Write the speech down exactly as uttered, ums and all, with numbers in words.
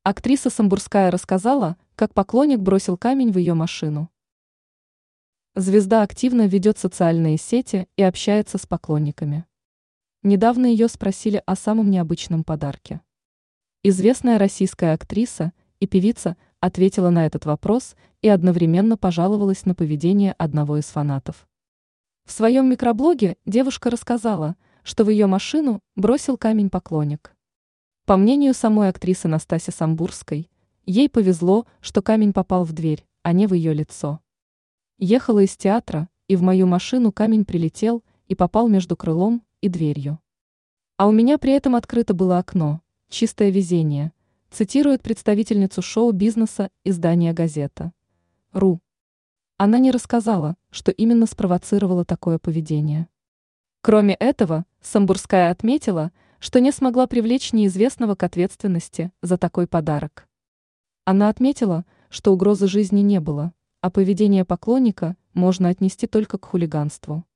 Актриса Самбурская рассказала, как поклонник бросил камень в ее машину. Звезда активно ведет социальные сети и общается с поклонниками. Недавно ее спросили о самом необычном подарке. Известная российская актриса и певица ответила на этот вопрос и одновременно пожаловалась на поведение одного из фанатов. В своем микроблоге девушка рассказала, что в ее машину бросил камень поклонник. По мнению самой актрисы Настаси Самбурской, ей повезло, что камень попал в дверь, а не в ее лицо. Ехала из театра, и в мою машину камень прилетел и попал между крылом и дверью. А у меня при этом открыто было окно, чистое везение, цитирует представительницу шоу-бизнеса издания «Газета.ру». Она не рассказала, что именно спровоцировало такое поведение. Кроме этого, Самбурская отметила, что не смогла привлечь неизвестного к ответственности за такой подарок. Она отметила, что угрозы жизни не было, а поведение поклонника можно отнести только к хулиганству.